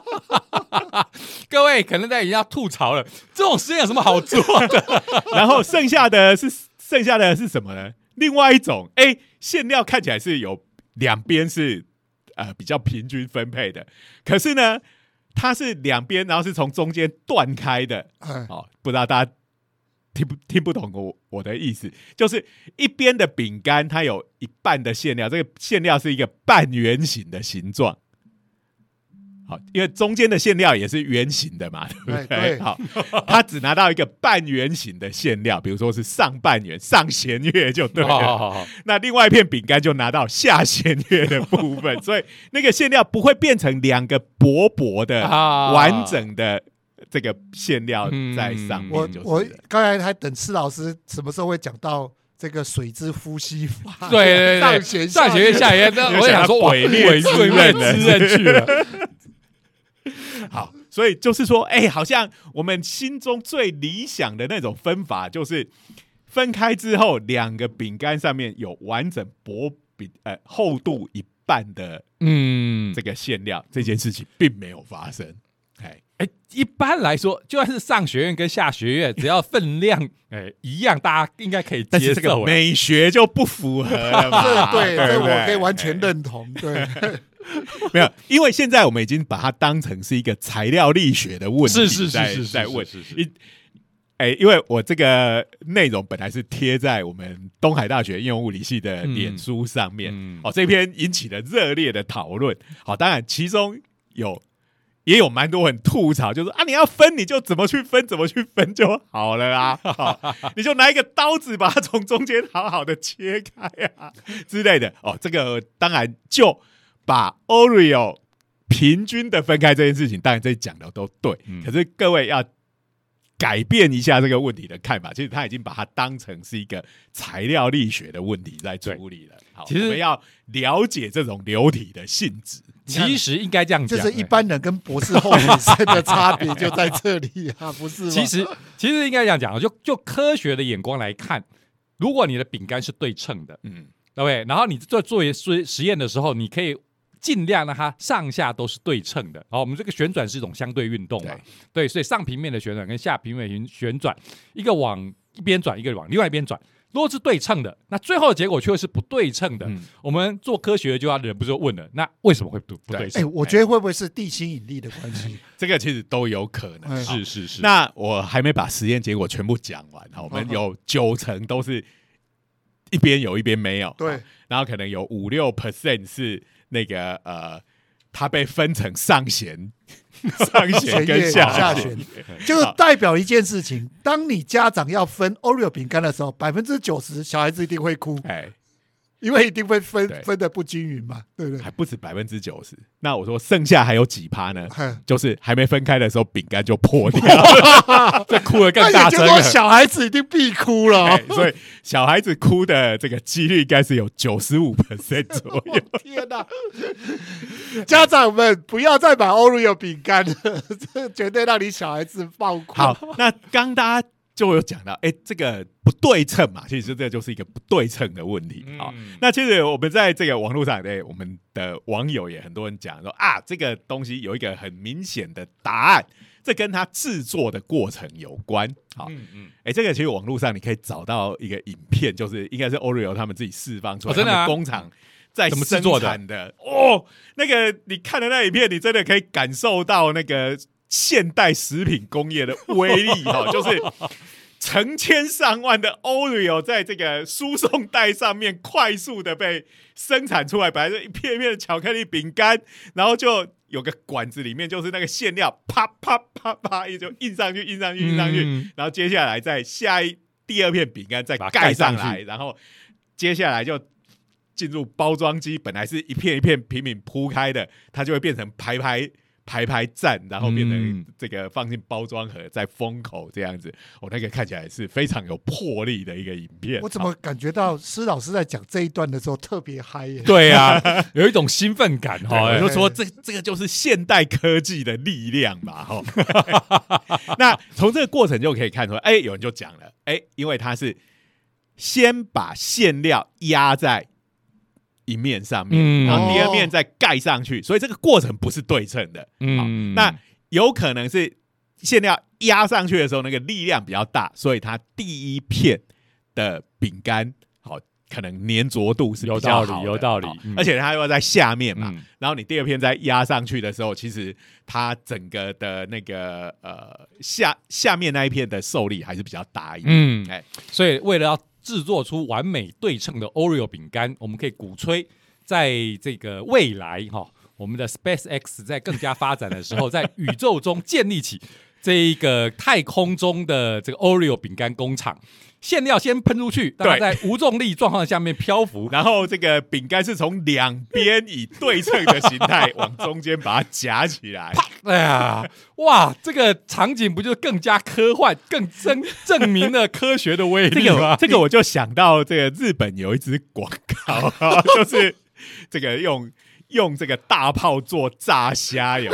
各位可能在已经要吐槽了，这种实验有什么好做的？ 然后剩下的是什么呢？另外一种，馅料看起来是有两边是比较平均分配的，可是呢，它是两边，然后是从中间断开的。不知道大家听不懂我的意思，就是一边的饼干它有一半的馅料，这个馅料是一个半圆形的形状。好，因为中间的馅料也是圆形的嘛，对不对？好，他只拿到一个半圆形的馅料，比如说是上半圆上弦月就对了。好，那另外一片饼干就拿到下弦月的部分，所以那个馅料不会变成两个薄薄的完整的这个馅料在上面。 我刚才还等施老师什么时候会讲到这个水之呼吸法。 对，上弦月下弦月，我想说鬼灭之刃去了。 好，所以就是说，好像我们心中最理想的那种分法，就是分开之后，两个饼干上面有完整厚度一半的这个馅料，这件事情并没有发生。 一般来说，就算是上学院跟下学院，只要分量一样，大家应该可以接受。但是这个美学就不符合了嘛？ 对，这我可以完全认同。对。 没有，因为现在我们已经把它当成是一个材料力学的问题在问。因为我这个内容本来是贴在我们东海大学应用物理系的脸书上面，这篇引起了热烈的讨论。好，当然其中也有蛮多人吐槽，就是你要分你就怎么去分就好了啊，你就拿一个刀子把它从中间好好的切开啊之类的。这个当然就把 Oreo 平均的分开这件事情，当然这讲的都对，可是各位要改变一下这个问题的看法。其实他已经把它当成是一个材料力学的问题在处理了。好，其实我们要了解这种流体的性质。 其实应该这样讲， 就是一般人跟博士后学生的差别就在这里啊，不是吗？ 其实应该这样讲，就科学的眼光来看，如果你的饼干是对称的，对不对？然后你做实验的时候，你可以尽量让它上下都是对称的。我们这个旋转是一种相对运动嘛，对，所以上平面的旋转跟下平面的旋转，一个往一边转，一个往另外一边转。如果是对称的，那最后的结果却是不对称的。我们做科学就要忍不住问了，那为什么会不对称？ 我觉得会不会是地心引力的关系？ 这个其实都有可能。 是。 那我还没把实验结果全部讲完。我们有90%都是一边有一边没有。 对， 然后可能有5-6% 是那个它被分成上弦跟下弦， 就是代表一件事情：当你家长要分 Oreo 饼干的时候，90%小孩子一定会哭。因为一定会分的不均匀嘛，对不对？ 还不止90%。那我说剩下还有几%呢？就是还没分开的时候，饼干就破掉了， 这哭得更大声了。 那也就是说小孩子一定必哭了， 所以小孩子哭的这个几率应该是有95% 左右。 天哪！家长们不要再买 Oreo 饼干了，这绝对让你小孩子爆哭。 好，那刚大家就有讲到，这个不对称嘛，其实这就是一个不对称的问题。好，那其实我们在这个网络上，我们的网友也很多人讲说啊，这个东西有一个很明显的答案，这跟它制作的过程有关。好，这个其实网络上你可以找到一个影片，就是应该是 Oreo 他们自己释放出来， 真的他们工厂在生产的那个你看的那影片，你真的可以感受到那个现代食品工业的威力就是成千上万的 Oreo 在这个输送带上面快速的被生产出来，本来是一片一片的巧克力饼干，然后就有个管子里面就是那个馅料，啪啪啪啪就印上去，然后接下来再第二片饼干再盖上来，然后接下来就进入包装机，本来是一片一片平平铺开的，它就会变成排站，然后变成这个放进包装盒，再封口这样子。那个看起来是非常有魄力的一个影片。 我怎么感觉到施老师在讲这一段的时候特别嗨耶？ 对啊，有一种兴奋感我就说这个就是现代科技的力量嘛那从这个过程就可以看出来，有人就讲了，因为它是先把馅料压在一面上面，然后第二面再盖上去，所以这个过程不是对称的。那有可能是馅料压上去的时候，那个力量比较大，所以它第一片的饼干可能粘着度是比较好的， 有道理。 而且它又在下面嘛，然后你第二片再压上去的时候，其实它整个的那个下面那一片的受力还是比较大一点。 所以为了要制作出完美对称的 Oreo 饼干，我们可以鼓吹，在这个未来我们的 SpaceX 在更加发展的时候，在宇宙中建立起这一个太空中的这个 Oreo 饼干工厂。馅料先喷出去，让它在无重力状况下面漂浮， 然后这个饼干是从两边以对称的形态往中间把它夹起来。 哇，这个场景不就更加科幻，更证明了科学的威力吗？ 这个我就想到这个日本有一支广告，就是这个用这个大炮做炸虾，有，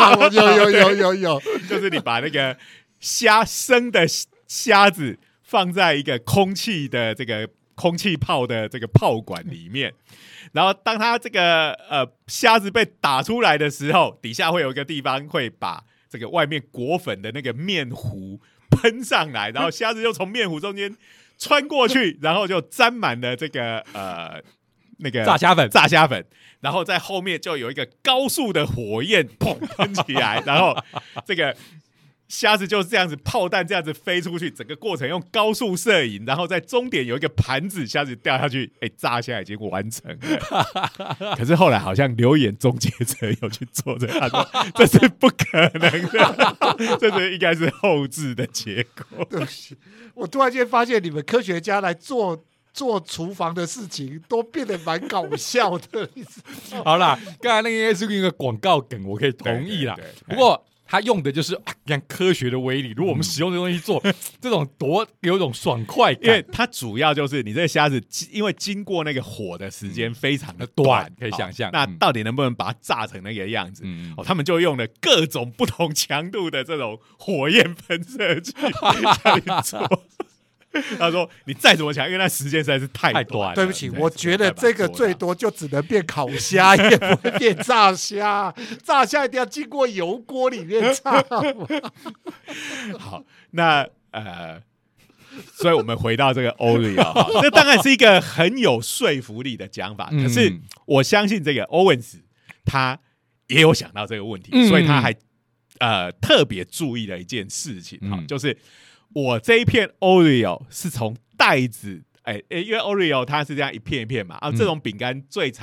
就是你把那个生的虾子放在一个空气的这个空气炮的这个炮管里面，然后当它这个虾子被打出来的时候，底下会有一个地方会把这个外面裹粉的那个面糊喷上来，然后虾子就从面糊中间穿过去，然后就沾满了这个那个炸虾粉，然后在后面就有一个高速的火焰砰喷起来，然后这个虾子就是这样子，炮弹这样子飞出去，整个过程用高速摄影，然后在终点有一个盘子，虾子掉下去，炸虾已经完成了。可是后来好像留言终结者有去做这个，他说这是不可能的，这是应该是后置的结果。 对不起，我突然间发现你们科学家来做厨房的事情都变得蛮搞笑的。 好啦，刚才那个应该是一个广告梗，我可以同意啦。不过他用的就是看科学的威力。如果我们使用这东西做这种有一种爽快感， 因为它主要就是你这个虾子，因为经过那个火的时间非常的短， 可以想象。 那到底能不能把它炸成那个样子？他们就用了各种不同强度的这种火焰喷射器下去做。他说：“你再怎么强，因为那时间实在是太短了。” 对不起，我觉得这个最多就只能变烤虾，也不会变炸虾。炸虾一定要经过油锅里面炸。 好，那所以我们回到这个 Oreo， 这当然是一个很有说服力的讲法。可是我相信这个 Owens 他也有想到这个问题，所以他还特别注意了一件事情，就是我这一片 Oreo 是从袋子，因为 Oreo 它是这样一片一片嘛，这种饼干最常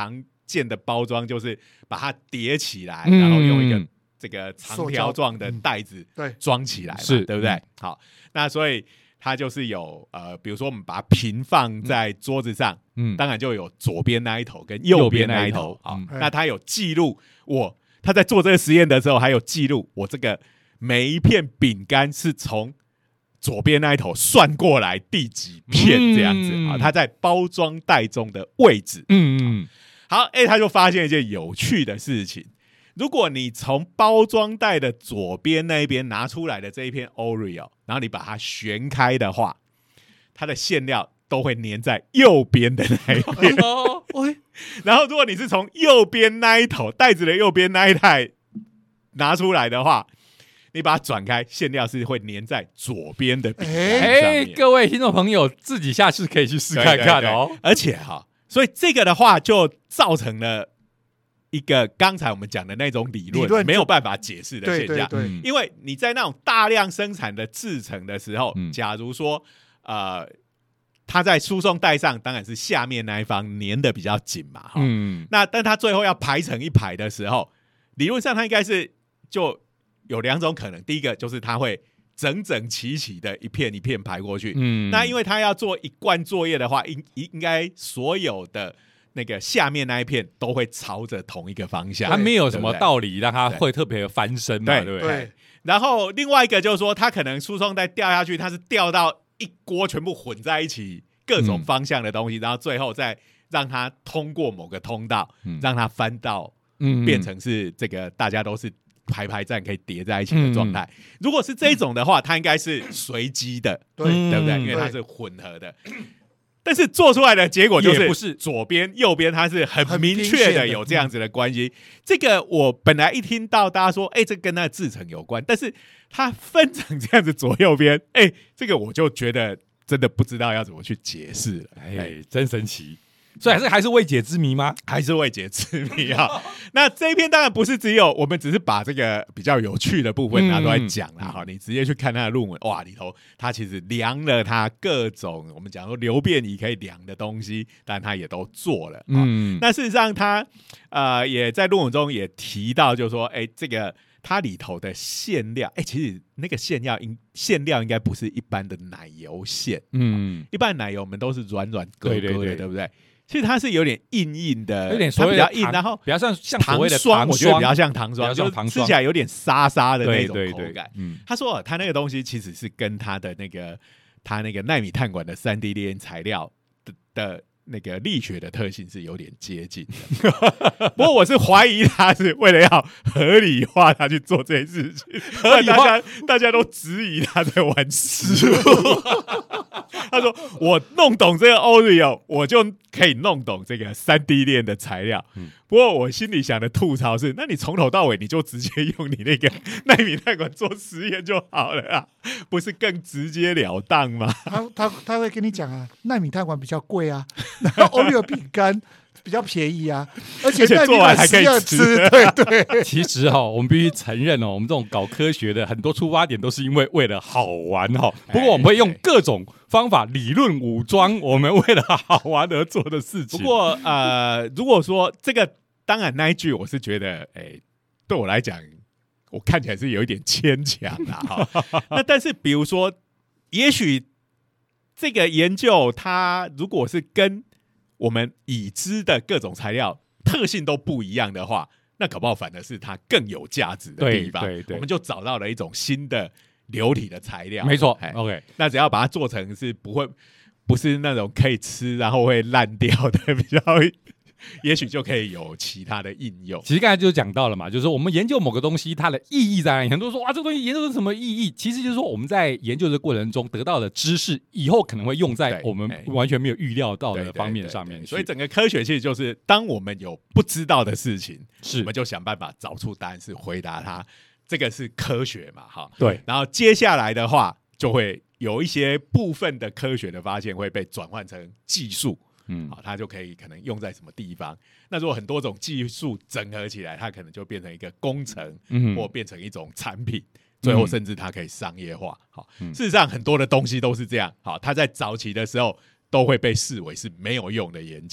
件的包装就是把它叠起来，然后用一个这个长条状的袋子装起来嘛，对不对？好，那所以它就是有比如说我们把它平放在桌子上，当然就有左边那一头跟右边那一头。好，那它有记录他在做这个实验的时候，还有记录我这个每一片饼干是从左边那一头算过来第几片这样子啊，它在包装袋中的位置。好，他就发现一件有趣的事情。如果你从包装袋的左边那一边拿出来的这一片 Oreo， 然后你把它旋开的话，它的馅料都会粘在右边的那一边。然后如果你是从右边那一头袋子的右边那一袋拿出来的话，你把它转开，馅料是会粘在左边的饼干上面。 各位听众朋友，自己下次可以去试看看哦。 而且所以这个的话就造成了一个刚才我们讲的那种理论没有办法解释的现象。因为你在那种大量生产的制程的时候，假如说它在输送带上当然是下面那一方粘的比较紧嘛，那但它最后要排成一排的时候，理论上它应该是就有两种可能。第一个就是它会整整齐齐的一片一片排过去，那因为它要做一贯作业的话，应该所有的那个下面那一片都会朝着同一个方向， 它没有什么道理让它会特别翻身嘛，对不对？ 然后另外一个就是说，它可能输送带掉下去，它是掉到一锅全部混在一起各种方向的东西，然后最后再让它通过某个通道，让它翻到变成是这个大家都是排站可以叠在一起的状态。如果是这种的话，它应该是随机的，对不对？因为它是混合的。但是做出来的结果就是左边右边它是很明确的有这样子的关系。这个我本来一听到大家说这跟那个制程有关，但是它分成这样子左右边，这个我就觉得真的不知道要怎么去解释了。 真神奇。所以还是未解之谜吗？ 还是未解之谜啊！那这一篇当然不是只有我们只是把这个比较有趣的部分拿出来讲啦。你直接去看他的论文，哇，里头他其实量了他各种我们讲说流变仪可以量的东西，但他也都做了。那事实上他也在论文中也提到，就是说，这个它里头的馅料，其实那个馅料应该不是一般的奶油馅。一般奶油我们都是软软咯咯的，对不对？其实它是有点硬硬的， 有点它比较硬，然后比较像糖霜，我觉得比较像糖霜，就是吃起来有点沙沙的那种口感。他说他那个东西其实是跟他的他那个奈米碳管的3D 列印材料的那个力学的特性是有点接近的。不过我是怀疑他是为了要合理化他去做这件事情，大家都质疑他在玩食物。他说我弄懂这个 Oreo， 我就可以弄懂这个3D 列印的材料。不过我心里想的吐槽是，那你从头到尾你就直接用你那个奈米碳管做实验就好了啊，不是更直截了当吗？ 他会跟你讲啊，奈米碳管比较贵啊，然后 Oreo 饼干比较便宜啊，而且做完还可以吃。 对， 其实我们必须承认我们这种搞科学的很多出发点都是因为了好玩不过我们会用各种方法理论武装我们为了好玩而做的事情。 不过如果说这个，当然那一句我是觉得，对我来讲，我看起来是有一点牵强啦。那但是比如说，也许这个研究它如果是跟我们已知的各种材料特性都不一样的话，那搞不好反而是它更有价值的地方。对，我们就找到了一种新的流体的材料。 没错。OK， 那只要把它做成是不是那种可以吃然后会烂掉的，比较也许就可以有其他的应用。 其实刚才就讲到了嘛，就是说我们研究某个东西它的意义在哪里，很多人说哇，这个东西研究是什么意义？其实就是说我们在研究的过程中得到的知识，以后可能会用在我们完全没有预料到的方面上面。 所以整个科学其实就是当我们有不知道的事情，我们就想办法找出答案，是回答它。这个是科学嘛， 对。 然后接下来的话，就会有一些部分的科学的发现会被转换成技术。它就可能用在什么地方？那如果很多种技术整合起来，它可能就变成一个工程，或变成一种产品，最后甚至它可以商业化。事实上很多的东西都是这样。它在早期的时候都会被视为是没有用的研究，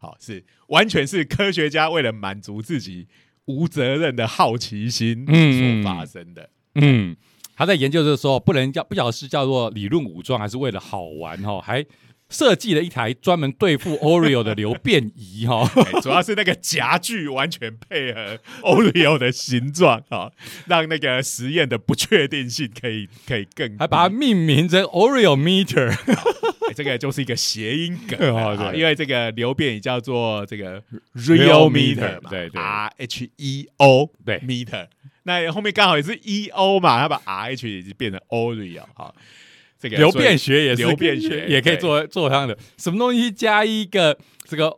好，是完全是科学家为了满足自己无责任的好奇心所发生的。 他在研究的时候，不晓得是叫做理论武装，还是为了好玩还设计了一台专门对付 Oreo 的流变仪主要是那个夹具完全配合 Oreo 的形状让那个实验的不确定性可以更， 还把它命名成 Oreo Meter 这个就是一个谐音梗因为这个流变仪叫做这个 Real Meter 嘛， 对 RHEO 对 Meter， 那后面刚好也是 EO 嘛，他把 RH 已经变成 Oreo 这个流变学也是流变学也可以做这样的，什么东西加一个这个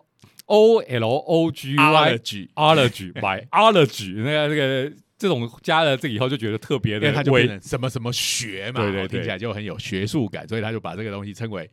OLOGY allergy by allergy 那个这种加了这个以后就觉得特别的， 因为它就变成什么什么学嘛， 对， 听起来就很有学术感，所以他就把这个东西称为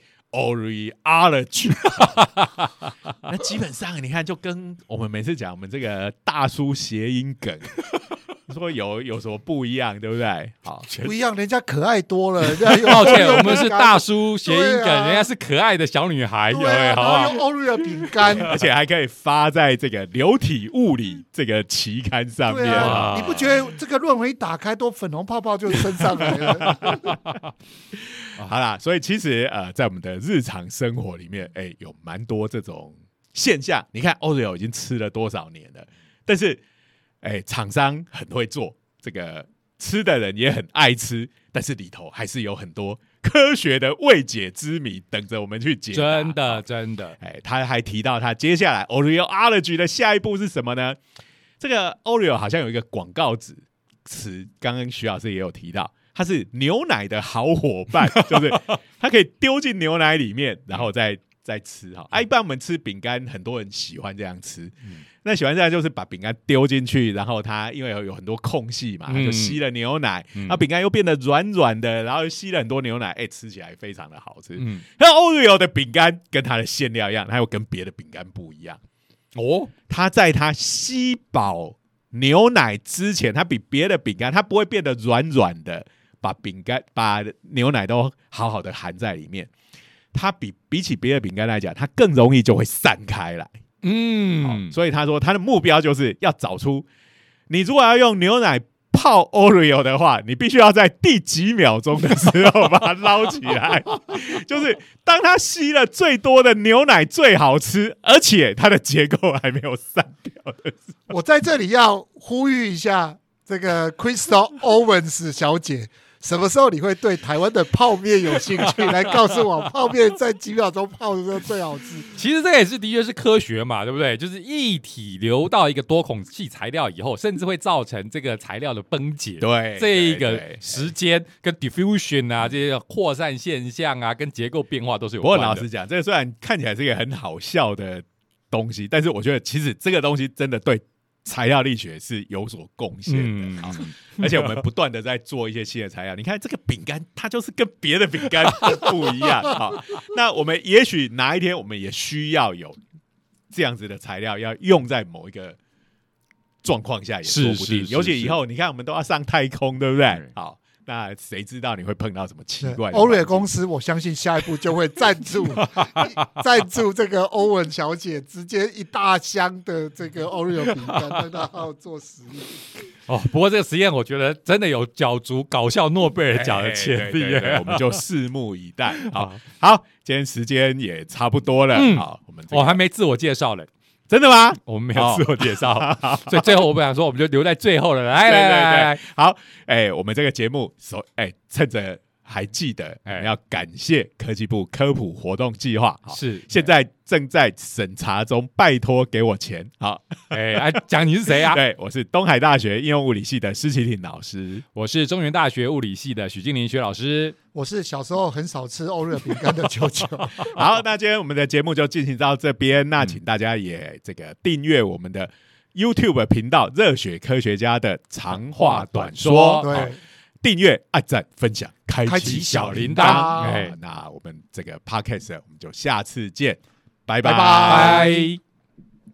Oreology 那基本上你看，就跟我们每次讲我们这个大叔谐音梗说有什么不一样，对不对？好， 不一样，人家可爱多了。 抱歉，我们是大叔谐音梗，人家是可爱的小女孩， 对，好不好？用 Oreo 饼干， 而且还可以发在这个流体物理这个期刊上面。 你不觉得这个论文一打开，都粉红泡泡就升上来了？ 好啦，所以其实在我们的日常生活里面，有蛮多这种现象。你看 Oreo 已经吃了多少年了，但是厂商很会做，这个吃的人也很爱吃，但是里头还是有很多科学的未解之谜等着我们去解答。 真的， 他还提到他接下来 Oreology 的下一步是什么呢？这个 Oreo 好像有一个广告词，刚刚徐老师也有提到，它是牛奶的好伙伴，就是它可以丢进牛奶里面，然后再吃一般我们吃饼干，很多人喜欢这样吃。那喜欢这样就是把饼干丢进去，然后它因为有很多空隙嘛，它就吸了牛奶，那饼干又变得软软的，然后吸了很多牛奶，吃起来非常的好吃。那 Oreo 的饼干跟它的馅料一样，它又跟别的饼干不一样它在它吸饱牛奶之前，它比别的饼干它不会变得软软的，把牛奶都好好的含在里面。它比起别的饼干来讲，它更容易就会散开来。所以他说他的目标就是要找出，你如果要用牛奶泡 Oreo 的话，你必须要在第几秒钟的时候把它捞起来，就是当它吸了最多的牛奶最好吃，而且它的结构还没有散掉的时候。 我在这里要呼吁一下这个 Crystal Owens 小姐。什么时候你会对台湾的泡面有兴趣？来告诉我，泡面在几秒钟泡的时候最好吃。 其实这个也是的确是科学嘛，对不对？就是液体流到一个多孔隙材料以后，甚至会造成这个材料的崩解。 对， 这一个时间跟 diffusion 啊，这些扩散现象啊，跟结构变化都是有关的。 不过老实讲，这个虽然看起来是一个很好笑的东西，但是我觉得其实这个东西真的对材料力学是有所贡献的。而且我们不断的在做一些新的材料。你看这个饼干，它就是跟别的饼干不一样。那我们也许哪一天我们也需要有这样子的材料，要用在某一个状况下也说不定。尤其以后你看我们都要上太空，对不对？好，那谁知道你会碰到什么奇怪的 ？Oreo 公司，我相信下一步就会赞助这个欧文小姐，直接一大箱的这个 Oreo 饼干让她好好做实验。 不过这个实验我觉得真的有角逐搞笑诺贝尔奖的潜力， 我们就拭目以待。好，今天时间也差不多了。好， 我还没自我介绍了。 真的吗？ 我们没有自我介绍，所以最后我们想说，我们就留在最后了。来， 好，我们这个节目，趁着还记得，要感谢科技部科普活动计划， 是现在正在审查中，拜托给我钱。好， 讲你是谁啊？ 对，我是东海大学应用物理系的施启廷老师， 我是中原大学物理系的许金玲薛老师。 我是小时候很少吃Oreo饼干的球球。 好，那今天我们的节目就进行到这边，那请大家也这个订阅我们的 YouTube 频道“热血科学家”的长话短说。 对， 订阅、按赞、分享、开启小铃铛。 开启小铃铛。 那我们这个 Podcast 我们就下次见，拜拜拜。